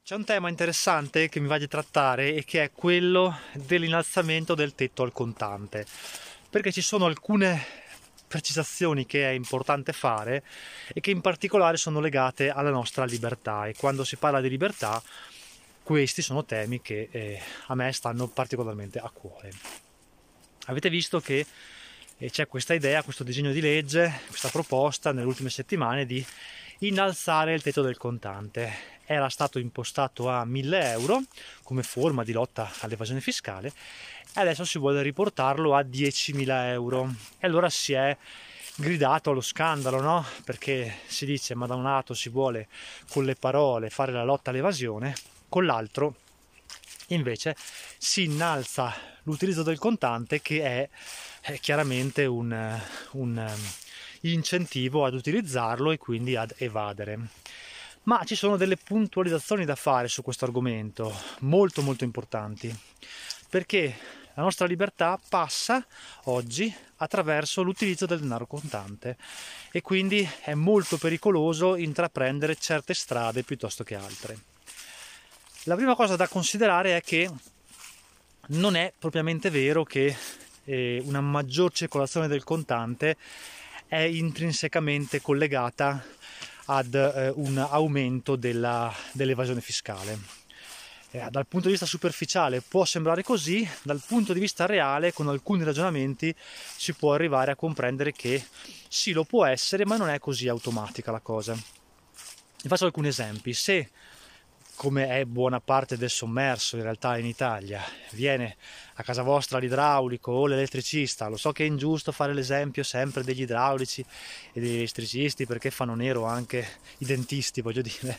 C'è un tema interessante che mi va di trattare e che è quello dell'innalzamento del tetto al contante, perché ci sono alcune precisazioni che è importante fare e che in particolare sono legate alla nostra libertà, e quando si parla di libertà questi sono temi che a me stanno particolarmente a cuore. Avete visto che c'è questa idea, questo disegno di legge, questa proposta nelle ultime settimane di innalzare il tetto del contante. Era stato impostato a 1000 euro come forma di lotta all'evasione fiscale e adesso si vuole riportarlo a 10.000 euro. E allora si è gridato allo scandalo, no? Perché si dice, ma da un lato si vuole con le parole fare la lotta all'evasione, con l'altro invece si innalza l'utilizzo del contante, che è chiaramente un incentivo ad utilizzarlo e quindi ad evadere. Ma ci sono delle puntualizzazioni da fare su questo argomento, molto molto importanti, perché la nostra libertà passa oggi attraverso l'utilizzo del denaro contante e quindi è molto pericoloso intraprendere certe strade piuttosto che altre. La prima cosa da considerare è che non è propriamente vero che una maggior circolazione del contante è intrinsecamente collegata ad un aumento dell'evasione fiscale. Dal punto di vista superficiale può sembrare così, dal punto di vista reale, con alcuni ragionamenti, si può arrivare a comprendere che sì, lo può essere, ma non è così automatica la cosa. Vi faccio alcuni esempi. Se, come è buona parte del sommerso in realtà in Italia, viene a casa vostra l'idraulico o l'elettricista, lo so che è ingiusto fare l'esempio sempre degli idraulici e degli elettricisti perché fanno nero anche i dentisti, voglio dire,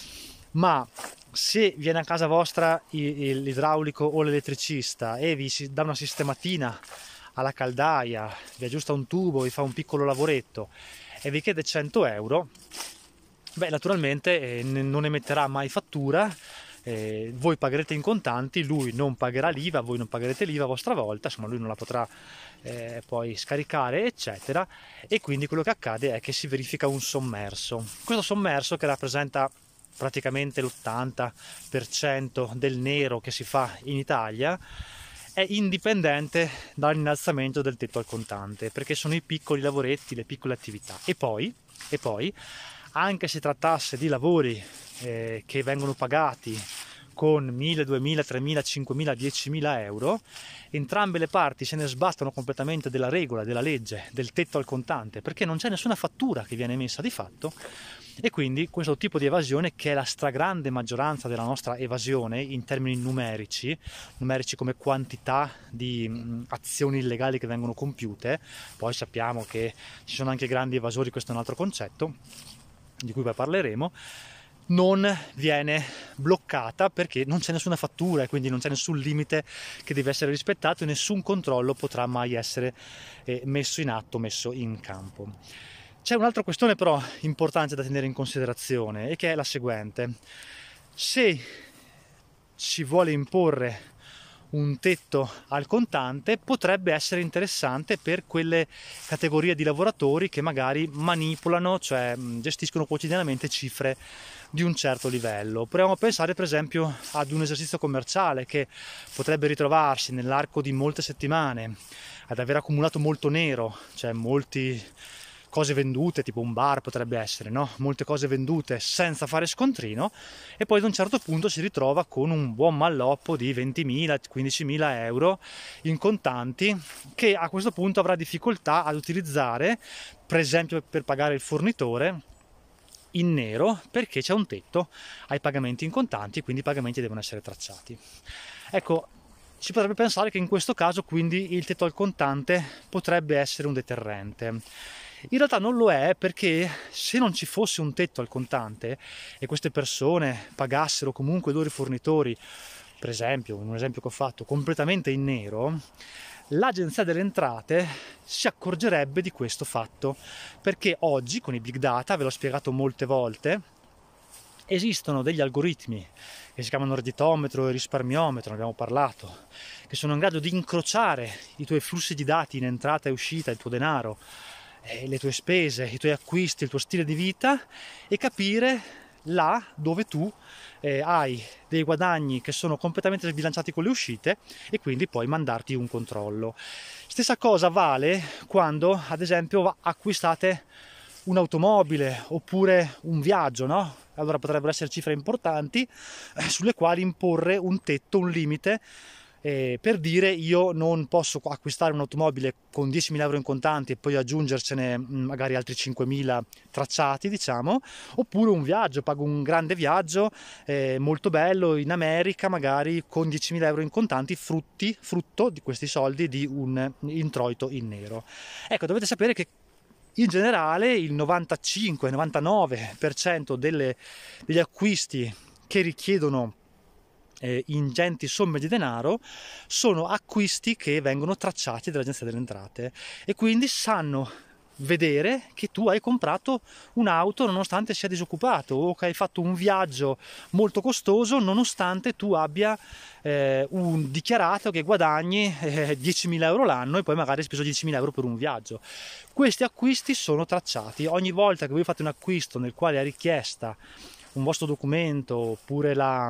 ma se viene a casa vostra l'idraulico o l'elettricista e vi dà una sistematina alla caldaia, vi aggiusta un tubo, vi fa un piccolo lavoretto e vi chiede 100 euro, beh, naturalmente non emetterà mai fattura, voi pagherete in contanti, lui non pagherà l'IVA, voi non pagherete l'IVA a vostra volta, insomma lui non la potrà poi scaricare, eccetera, e quindi quello che accade è che si verifica un sommerso. Questo sommerso, che rappresenta praticamente l'80% del nero che si fa in Italia, è indipendente dall'innalzamento del tetto al contante, perché sono i piccoli lavoretti, le piccole attività. E poi anche se trattasse di lavori che vengono pagati con 1000, 2000, 3000, 5000, 10.000 euro, entrambe le parti se ne sbattono completamente della regola, della legge, del tetto al contante, perché non c'è nessuna fattura che viene emessa di fatto, e quindi questo tipo di evasione, che è la stragrande maggioranza della nostra evasione in termini numerici come quantità di azioni illegali che vengono compiute, poi sappiamo che ci sono anche grandi evasori, questo è un altro concetto di cui poi parleremo, non viene bloccata perché non c'è nessuna fattura e quindi non c'è nessun limite che deve essere rispettato e nessun controllo potrà mai essere messo in atto, messo in campo. C'è un'altra questione però importante da tenere in considerazione, e che è la seguente: se si vuole imporre un tetto al contante, potrebbe essere interessante per quelle categorie di lavoratori che magari manipolano, cioè gestiscono quotidianamente cifre di un certo livello. Proviamo a pensare per esempio ad un esercizio commerciale che potrebbe ritrovarsi nell'arco di molte settimane ad aver accumulato molto nero, cioè molte cose vendute, tipo un bar potrebbe essere, no? Molte cose vendute senza fare scontrino, e poi ad un certo punto si ritrova con un buon malloppo di 20.000, 15.000 euro in contanti, che a questo punto avrà difficoltà ad utilizzare, per esempio per pagare il fornitore in nero, perché c'è un tetto ai pagamenti in contanti e quindi i pagamenti devono essere tracciati. Ecco, si potrebbe pensare che in questo caso quindi il tetto al contante potrebbe essere un deterrente. In realtà non lo è, perché se non ci fosse un tetto al contante e queste persone pagassero comunque i loro fornitori, per esempio, in un esempio che ho fatto, completamente in nero, l'Agenzia delle Entrate si accorgerebbe di questo fatto, perché oggi con i big data, ve l'ho spiegato molte volte, esistono degli algoritmi che si chiamano redditometro e risparmiometro, ne abbiamo parlato, che sono in grado di incrociare i tuoi flussi di dati in entrata e uscita, il tuo denaro, le tue spese, i tuoi acquisti, il tuo stile di vita, e capire là dove tu hai dei guadagni che sono completamente sbilanciati con le uscite e quindi puoi mandarti un controllo. Stessa cosa vale quando ad esempio acquistate un'automobile oppure un viaggio, no? Allora potrebbero essere cifre importanti sulle quali imporre un tetto, un limite, per dire io non posso acquistare un'automobile con 10.000 euro in contanti e poi aggiungercene magari altri 5.000 tracciati, diciamo, oppure un viaggio, pago un grande viaggio molto bello in America magari con 10.000 euro in contanti, frutto di questi soldi di un introito in nero. Ecco, dovete sapere che in generale il 95-99% degli acquisti che richiedono ingenti somme di denaro sono acquisti che vengono tracciati dall'Agenzia delle Entrate e quindi sanno vedere che tu hai comprato un'auto nonostante sia disoccupato o che hai fatto un viaggio molto costoso nonostante tu abbia dichiarato che guadagni 10.000 euro l'anno e poi magari hai speso 10.000 euro per un viaggio. Questi acquisti sono tracciati. Ogni volta che voi fate un acquisto nel quale è richiesta un vostro documento oppure la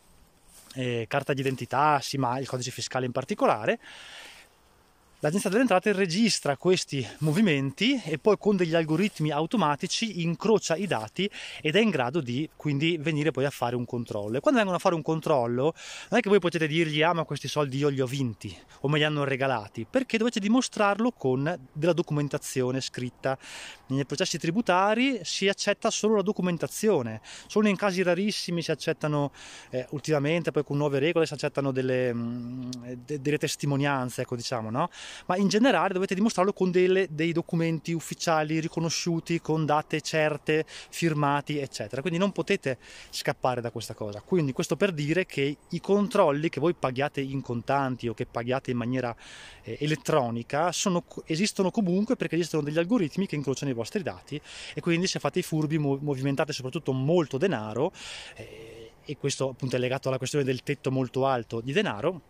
carta d'identità, sì, ma il codice fiscale in particolare, l'Agenzia delle Entrate registra questi movimenti e poi con degli algoritmi automatici incrocia i dati ed è in grado di quindi venire poi a fare un controllo. E quando vengono a fare un controllo non è che voi potete dirgli ma questi soldi io li ho vinti o me li hanno regalati, perché dovete dimostrarlo con della documentazione scritta. Nei processi tributari si accetta solo la documentazione, solo in casi rarissimi si accettano ultimamente, poi con nuove regole si accettano delle testimonianze, ecco, diciamo, no? Ma in generale dovete dimostrarlo con dei documenti ufficiali riconosciuti, con date certe, firmati, eccetera. Quindi non potete scappare da questa cosa. Quindi questo per dire che i controlli che voi paghiate in contanti o che paghiate in maniera elettronica esistono comunque, perché esistono degli algoritmi che incrociano i vostri dati e quindi se fate i furbi movimentate soprattutto molto denaro, e questo appunto è legato alla questione del tetto molto alto di denaro,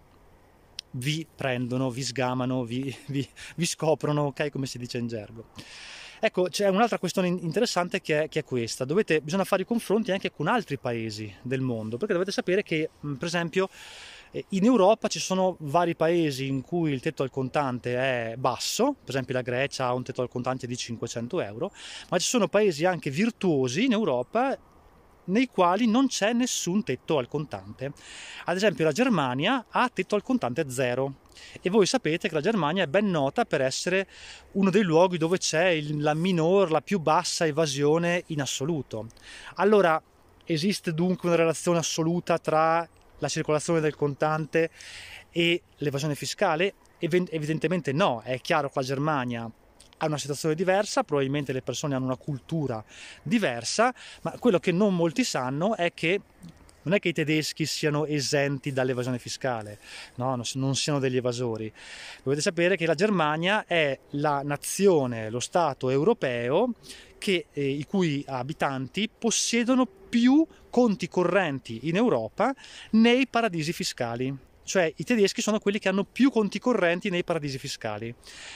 vi prendono, vi sgamano, vi scoprono, ok, come si dice in gergo. Ecco, c'è un'altra questione interessante che è questa. Bisogna fare i confronti anche con altri paesi del mondo, perché dovete sapere che, per esempio, in Europa ci sono vari paesi in cui il tetto al contante è basso, per esempio la Grecia ha un tetto al contante di 500 euro, ma ci sono paesi anche virtuosi in Europa nei quali non c'è nessun tetto al contante. Ad esempio la Germania ha tetto al contante zero e voi sapete che la Germania è ben nota per essere uno dei luoghi dove c'è la più bassa evasione in assoluto. Allora esiste dunque una relazione assoluta tra la circolazione del contante e l'evasione fiscale? Evidentemente no, è chiaro che la Germania ha una situazione diversa, probabilmente le persone hanno una cultura diversa, ma quello che non molti sanno è che non è che i tedeschi siano esenti dall'evasione fiscale, no, non siano degli evasori. Dovete sapere che la Germania è la nazione, lo Stato europeo i cui abitanti possiedono più conti correnti in Europa nei paradisi fiscali. Cioè i tedeschi sono quelli che hanno più conti correnti nei paradisi fiscali,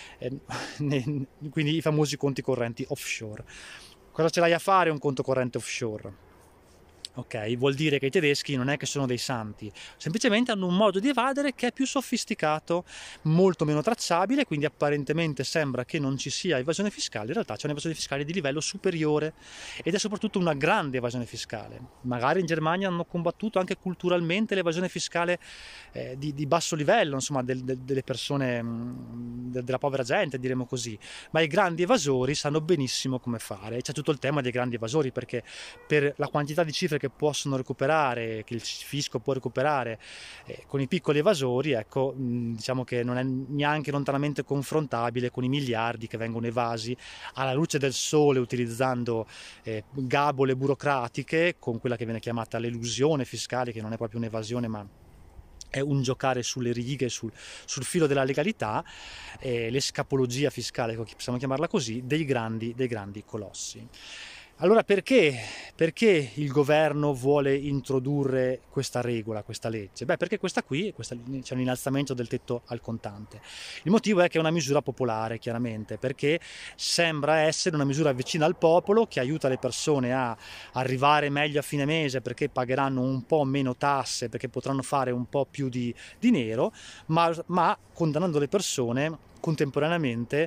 quindi i famosi conti correnti offshore. Cosa ce l'hai a fare un conto corrente offshore? Ok, vuol dire che i tedeschi non è che sono dei santi, semplicemente hanno un modo di evadere che è più sofisticato, molto meno tracciabile, quindi apparentemente sembra che non ci sia evasione fiscale, in realtà c'è un'evasione fiscale di livello superiore ed è soprattutto una grande evasione fiscale. Magari in Germania hanno combattuto anche culturalmente l'evasione fiscale di basso livello, insomma, delle persone, della povera gente, diremo così, ma i grandi evasori sanno benissimo come fare. E c'è tutto il tema dei grandi evasori, perché per la quantità di cifre che possono recuperare, che il fisco può recuperare con i piccoli evasori, ecco, diciamo che non è neanche lontanamente confrontabile con i miliardi che vengono evasi alla luce del sole utilizzando gabole burocratiche, con quella che viene chiamata l'elusione fiscale, che non è proprio un'evasione ma è un giocare sulle righe, sul filo della legalità, l'escapologia fiscale, possiamo chiamarla così, dei grandi colossi. Allora perché il governo vuole introdurre questa regola, questa legge? Beh, perché c'è un innalzamento del tetto al contante. Il motivo è che è una misura popolare, chiaramente, perché sembra essere una misura vicina al popolo che aiuta le persone a arrivare meglio a fine mese perché pagheranno un po' meno tasse, perché potranno fare un po' più di nero, ma condannando le persone contemporaneamente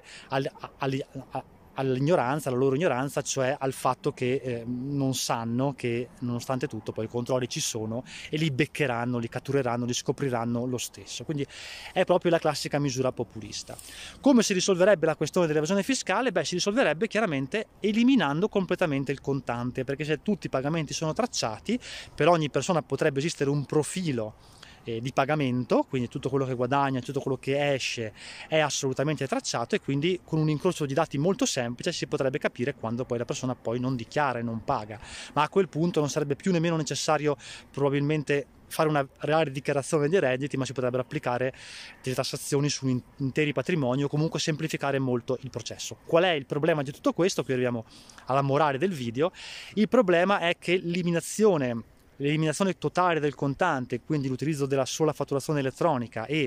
all'ignoranza, alla loro ignoranza, cioè al fatto che non sanno che nonostante tutto poi i controlli ci sono e li beccheranno, li cattureranno, li scopriranno lo stesso. Quindi è proprio la classica misura populista. Come si risolverebbe la questione dell'evasione fiscale? Beh, si risolverebbe chiaramente eliminando completamente il contante, perché se tutti i pagamenti sono tracciati, per ogni persona potrebbe esistere un profilo di pagamento, quindi tutto quello che guadagna, tutto quello che esce è assolutamente tracciato, e quindi con un incrocio di dati molto semplice si potrebbe capire quando poi la persona poi non dichiara e non paga, ma a quel punto non sarebbe più nemmeno necessario probabilmente fare una reale dichiarazione dei redditi, ma si potrebbero applicare delle tassazioni su interi patrimoni o comunque semplificare molto il processo. Qual è il problema di tutto questo? Qui arriviamo alla morale del video. Il problema è che l'eliminazione totale del contante, quindi l'utilizzo della sola fatturazione elettronica e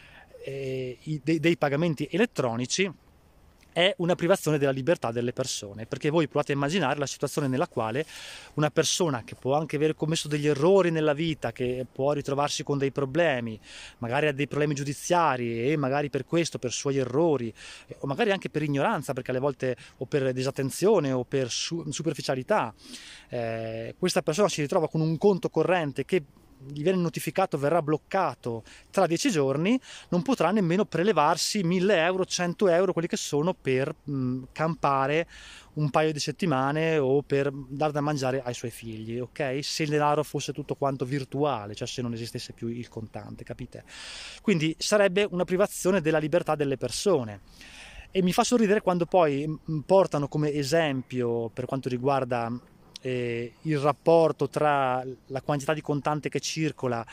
dei pagamenti elettronici, è una privazione della libertà delle persone, perché voi provate a immaginare la situazione nella quale una persona che può anche aver commesso degli errori nella vita, che può ritrovarsi con dei problemi, magari ha dei problemi giudiziari e magari per questo, per suoi errori, o magari anche per ignoranza, perché alle volte o per disattenzione o per superficialità, questa persona si ritrova con un conto corrente che gli viene notificato verrà bloccato tra 10 giorni, non potrà nemmeno prelevarsi 1000 euro, 100 euro, quelli che sono per campare un paio di settimane o per dar da mangiare ai suoi figli, ok? Se il denaro fosse tutto quanto virtuale, cioè se non esistesse più il contante, capite? Quindi sarebbe una privazione della libertà delle persone. E mi fa sorridere quando poi portano come esempio, per quanto riguarda il rapporto tra la quantità di contante che circola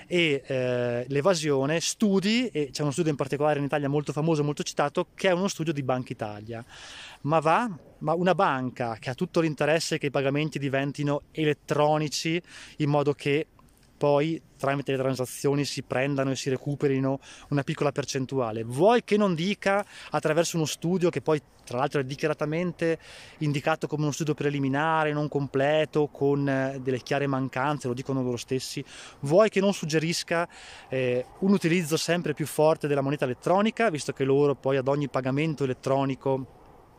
e l'evasione, studi, e c'è uno studio in particolare in Italia molto famoso, molto citato, che è uno studio di Banca Italia. Ma una banca che ha tutto l'interesse che i pagamenti diventino elettronici, in modo che poi tramite le transazioni si prendano e si recuperino una piccola percentuale, vuoi che non dica attraverso uno studio che poi tra l'altro è dichiaratamente indicato come uno studio preliminare, non completo, con delle chiare mancanze, lo dicono loro stessi, vuoi che non suggerisca un utilizzo sempre più forte della moneta elettronica, visto che loro poi ad ogni pagamento elettronico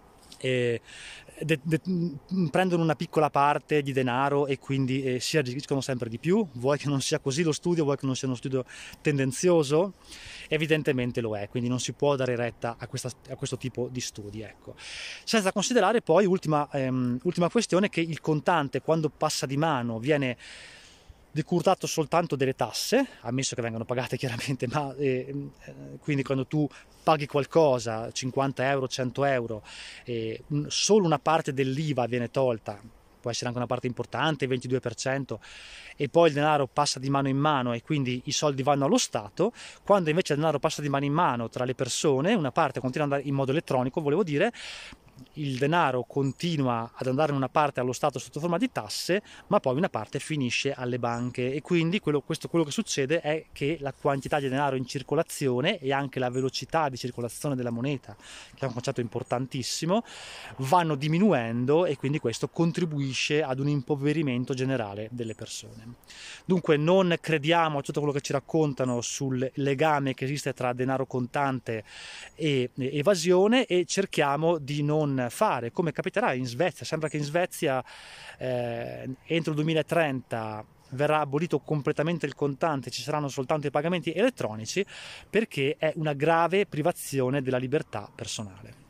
prendono una piccola parte di denaro e quindi si arricchiscono sempre di più. Vuoi che non sia così lo studio? Vuoi che non sia uno studio tendenzioso? Evidentemente lo è, quindi non si può dare retta a questo tipo di studi, ecco. Senza considerare poi, ultima questione, che il contante quando passa di mano viene decurtato soltanto delle tasse, ammesso che vengano pagate chiaramente, ma quindi quando tu paghi qualcosa, 50 euro, 100 euro, solo una parte dell'IVA viene tolta, può essere anche una parte importante, 22%, e poi il denaro passa di mano in mano e quindi i soldi vanno allo Stato. Quando invece il denaro passa di mano in mano tra le persone, una parte continua ad andare in modo elettronico, volevo dire, il denaro continua ad andare in una parte allo Stato sotto forma di tasse, ma poi una parte finisce alle banche, e quindi quello che succede è che la quantità di denaro in circolazione e anche la velocità di circolazione della moneta, che è un concetto importantissimo, vanno diminuendo, e quindi questo contribuisce ad un impoverimento generale delle persone. Dunque non crediamo a tutto quello che ci raccontano sul legame che esiste tra denaro contante e evasione, e cerchiamo di non fare come capiterà in Svezia. Sembra che in Svezia entro il 2030 verrà abolito completamente il contante, ci saranno soltanto i pagamenti elettronici, perché è una grave privazione della libertà personale.